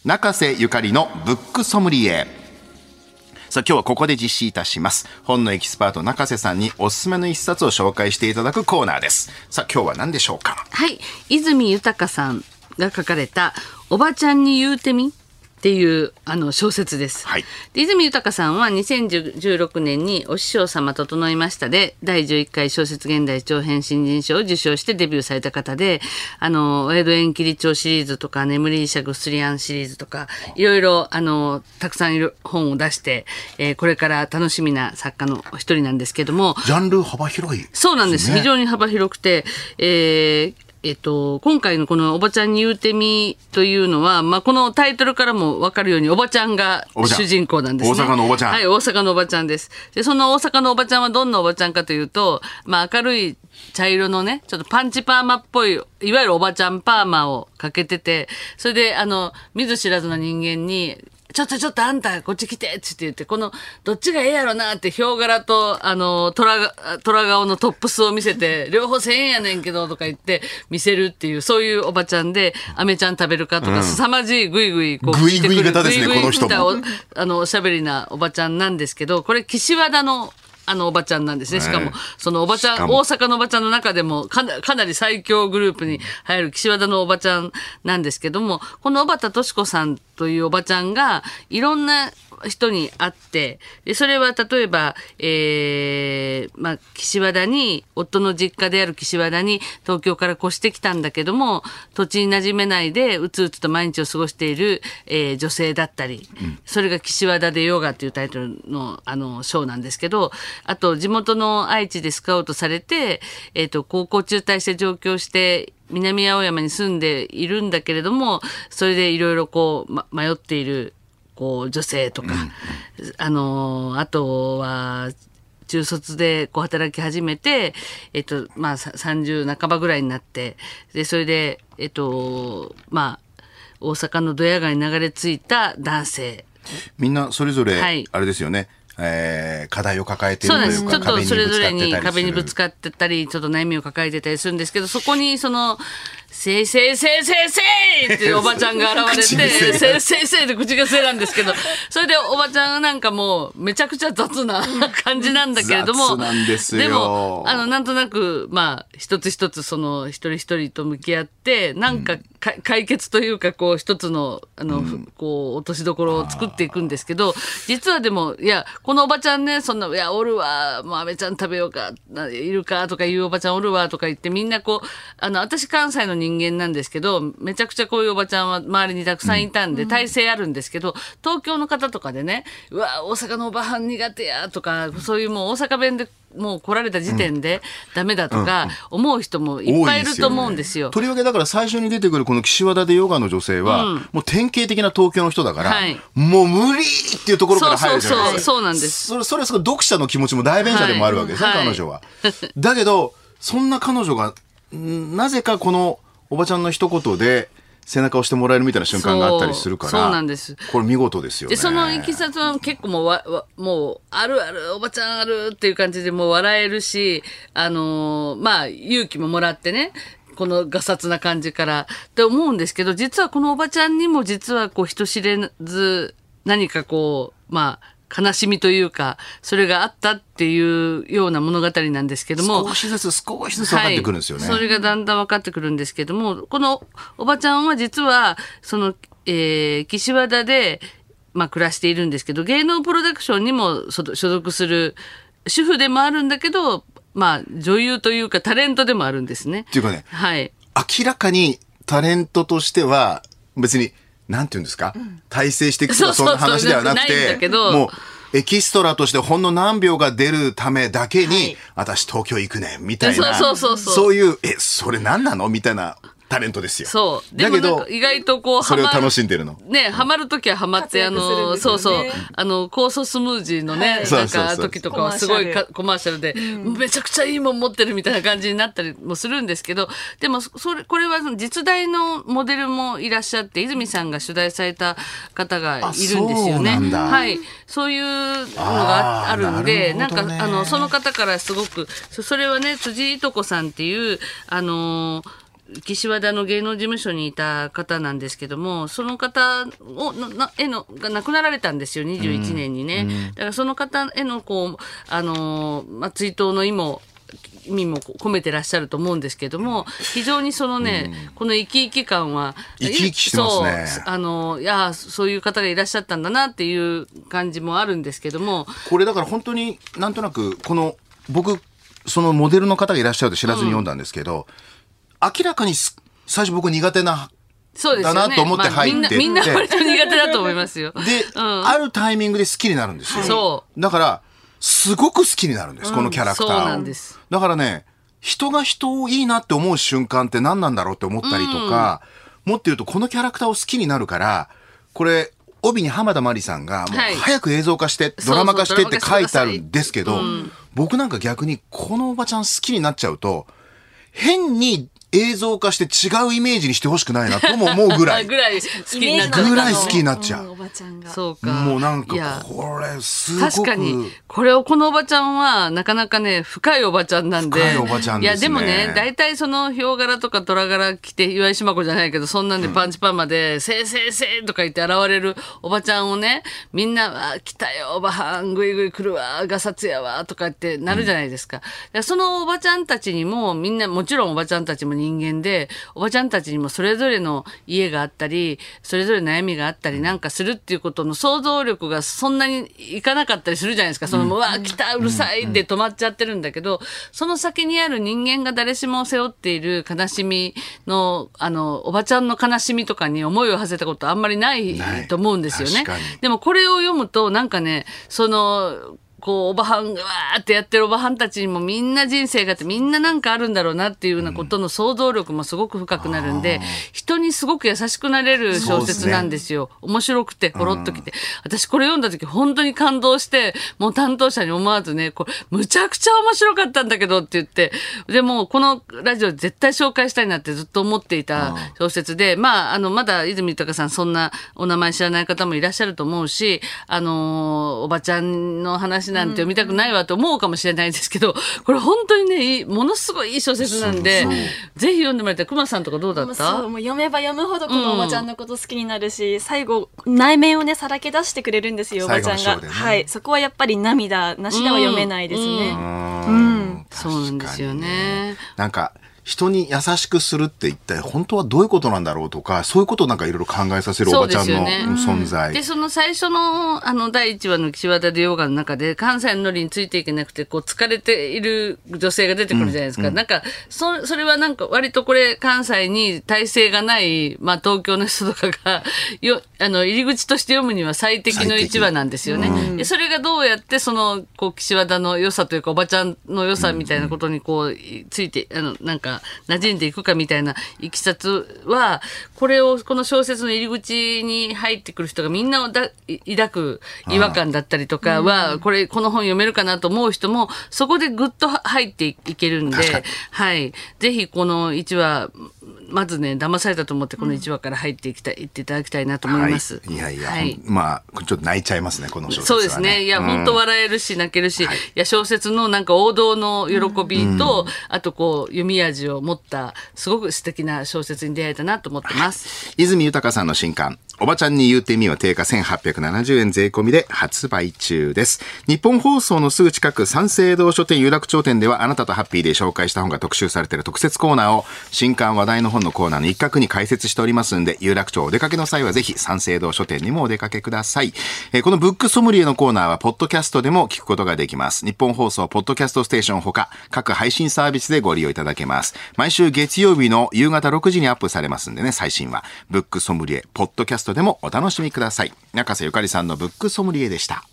中瀬ゆかりのブックソムリエ。さあ今日はここで実施いたします。本のエキスパート中瀬さんにおすすめの一冊を紹介していただくコーナーです。さあ今日は何でしょうか。 はい、泉豊さんが書かれたおばちゃんに言うてみっていう小説です、 はい、 で泉豊さんは2016年にお師匠様整いましたで第11回小説現代長編新人賞を受賞してデビューされた方で、お江戸縁切帳シリーズとか眠り医者ぐっすりあんシリーズとかいろいろたくさん本を出して、これから楽しみな作家の一人なんですけども、 ジャンル幅広いですね。 そうなんです、非常に幅広くて、今回のこのおばちゃんに言うてみというのは、このタイトルからも分かるようにおばちゃんが主人公なんですね。 大阪のおばちゃん。 はい、大阪のおばちゃんです。で、その大阪のおばちゃんはどんなおばちゃんかというと、明るい茶色のね、ちょっとパンチパーマっぽい、いわゆるおばちゃんパーマをかけてて、それで見ず知らずの人間に、ちょっとあんたこっち来てって言って、このどっちがええやろなってヒョウ柄と虎顔のトップスを見せて、両方1000円やねんけどとか言って見せるっていう、そういうおばちゃんで、アメちゃん食べるかとか、凄まじいグイグイこうグイグイ型ですね、この人も。 おしゃべりなおばちゃんなんですけど、これ岸和田のおばちゃんなんですね。しかも、そのおばちゃん、大阪のおばちゃんの中でもかなり最強グループに入る岸和田のおばちゃんなんですけども、この小畑敏子さんというおばちゃんがいろんな人に会って、でそれは例えば、岸和田に、夫の実家である岸和田に東京から越してきたんだけども、土地に馴染めないでうつうつと毎日を過ごしている、女性だったり、それが岸和田でヨガというタイトルのショーなんですけど、あと地元の愛知でスカウトされて、高校中退して上京して南青山に住んでいるんだけれども、それでいろいろ迷っている女性とか、あとは中卒で働き始めて、30半ばぐらいになって、でそれで大阪のドヤ街に流れ着いた男性、 みんなそれぞれ、 はい、 あれですよね、課題を抱えているというか、 そうなんです。ちょっとそれぞれに壁にぶつかってたり、ちょっと悩みを抱えてたりするんですけど、そこにせいせいせいせいせいっていうおばちゃんが現れて、せいせいせいって口癖なんですけど、それでおばちゃんがなんかもうめちゃくちゃ雑な感じなんだけれども、 雑なんですよ。 でもなんとなく一つ一つ一人一人と向き合ってなんか、解決というか一つの落としどころを作っていくんですけど、実はでもこのおばちゃんね、おるわ、もうアメちゃん食べようか、いるかとかいうおばちゃんおるわとか言って、みんな私関西の人間なんですけど、めちゃくちゃこういうおばちゃんは周りにたくさんいたんで、体制あるんですけど、東京の方とかでね、うわ大阪のおばはん苦手やとか、そういうもう大阪弁でもう来られた時点でダメだとか思う人もいっぱいいると思うんですよ。 とりわけだから最初に出てくるこの岸和田でヨガの女性は、もう典型的な東京の人だから、もう無理っていうところから入るじゃないですか。 そうなんです。 それは読者の気持ちも代弁者でもあるわけですね、彼女は。だけどそんな彼女がなぜかこのおばちゃんの一言で背中を押してもらえるみたいな瞬間があったりするから、 そうなんです。 これ見事ですよね。 でそのいきさつは結構もうあるあるおばちゃんあるっていう感じでもう笑えるし、勇気ももらってね、このガサツな感じからって思うんですけど、実はこのおばちゃんにも実は人知れず何か悲しみというか、それがあったっていうような物語なんですけども、 少しずつ分かってくるんですよね。 それがだんだん分かってくるんですけども、このおばちゃんは実は岸和田で暮らしているんですけど、芸能プロダクションにも所属する主婦でもあるんだけど、女優というかタレントでもあるんですね。 っていうかね、 はい、 明らかにタレントとしては別になんていうんですか、大成していくとかそんな話ではなくて、もうエキストラとしてほんの何秒が出るためだけに、私東京行くねみたいな、そういうそれ何なのみたいなタレントですよ。 そうだけど意外とそれを楽しんでるのね、ハマるときはハマって、酵素スムージーのね、なんか時とかはすごいコマーシャルで、めちゃくちゃいいもん持ってるみたいな感じになったりもするんですけど、でもこれは実在のモデルもいらっしゃって、泉さんが取材された方がいるんですよね。はい、そういうのがあるんで、なんかその方からすごくそれはね、辻いとこさんっていう岸和田の芸能事務所にいた方なんですけども、その方が亡くなられたんですよ、21年にね。だからその方への追悼の意味も込めてらっしゃると思うんですけども、非常にそのね、この生き生き感は生き生きしてますね。 いやそういう方がいらっしゃったんだなっていう感じもあるんですけども、 これだから本当になんとなく僕そのモデルの方がいらっしゃると知らずに読んだんですけど、明らかに最初僕苦手なそうですよね、 だなと思って入ってって、 みんな割と苦手だと思いますよ。 で、あるタイミングで好きになるんですよ。 そうだからすごく好きになるんです、このキャラクターを。 そうなんです。 だからね、人が人をいいなって思う瞬間って何なんだろうって思ったりとか、もっと言うとこのキャラクターを好きになるから、これ帯に浜田真理さんがもう早く映像化して、ドラマ化してって書いてあるんですけど、僕なんか逆にこのおばちゃん好きになっちゃうと、変に映像化して違うイメージにしてほしくないなとも思うぐらいぐらい好きになっちゃう。 ぐらい好きになっちゃう。 おばちゃんが。 そうか。 もうなんかこれすごく確かにこのおばちゃんはなかなかね深いおばちゃんなんで。 深いおばちゃんですね。 いやでもね、大体そのヒョウ柄とか虎柄着て、岩井島子じゃないけどそんなんでパンチパーマで、せいせいせいとか言って現れるおばちゃんをね、みんな来たよおばはん、ぐいぐい来るわ、ガサツやわとかってなるじゃないですか。そのおばちゃんたちにもみんな、もちろんおばちゃんたちも人間で、おばちゃんたちにもそれぞれの家があったり、それぞれ悩みがあったりなんかするっていうことの想像力がそんなにいかなかったりするじゃないですか。うわ来たうるさいで止まっちゃってるんだけど、その先にある人間が誰しも背負っている悲しみのおばちゃんの悲しみとかに思いを馳せたことあんまりないと思うんですよね。でもこれを読むとなんかね、おばはんがわーってやってるおばはんたちにもみんな人生があって、みんななんかあるんだろうなっていうようなことの想像力もすごく深くなるんで、人にすごく優しくなれる小説なんですよ。面白くてほろっときて、私これ読んだ時本当に感動して、もう担当者に思わずね、これむちゃくちゃ面白かったんだけどって言って、でもこのラジオで絶対紹介したいなってずっと思っていた小説で、まだ泉豊さんそんなお名前知らない方もいらっしゃると思うし、おばちゃんの話なんて読みたくないわと思うかもしれないですけど、これ本当にね、ものすごいいい小説なんで、ぜひ読んでもらいたい。熊さんとかどうだった？ もう読めば読むほどこのおばちゃんのこと好きになるし、最後内面をねさらけ出してくれるんですよ、おばちゃんが、ね、はい、そこはやっぱり涙なしでは読めないですね。 そうなんですよね。 なんか人に優しくするって一体本当はどういうことなんだろうとか、そういうことをなんかいろいろ考えさせるおばちゃんの存在で、その最初の第1話の岸和田でヨガの中で、関西のノリについていけなくて疲れている女性が出てくるじゃないですか。なんかそれはなんか割とこれ関西に耐性がない、東京の人とかが入り口として読むには最適の1話なんですよね。でそれがどうやって岸和田の良さというかおばちゃんの良さみたいなことについてなんか馴染んでいくかみたいないきさつは、この小説の入り口に入ってくる人がみんな抱く違和感だったりとかは、この本読めるかなと思う人もそこでぐっと入っていけるんで、はい、ぜひこの1話まずね、騙されたと思ってこの1話から入っていっていただきたいなと思います。 いやいや、ちょっと泣いちゃいますね、この小説はね。 そうですね。いや、本当笑えるし泣けるし、いや小説のなんか王道の喜びと、あと読み味を持ったすごく素敵な小説に出会えたなと思ってます。 泉豊さんの新刊おばちゃんに言うてみは定価1870円税込みで発売中です。日本放送のすぐ近く三省堂書店有楽町店では、あなたとハッピーで紹介した本が特集されている特設コーナーを新刊話題の本のコーナーの一角に開設しておりますので、有楽町お出かけの際はぜひ三省堂書店にもお出かけください。このブックソムリエのコーナーはポッドキャストでも聞くことができます。日本放送ポッドキャストステーションほか各配信サービスでご利用いただけます。毎週月曜日の夕方6時にアップされますんでね、最新はブックソムリエポッドキャストでもお楽しみください。中瀬ゆかりさんのブックソムリエでした。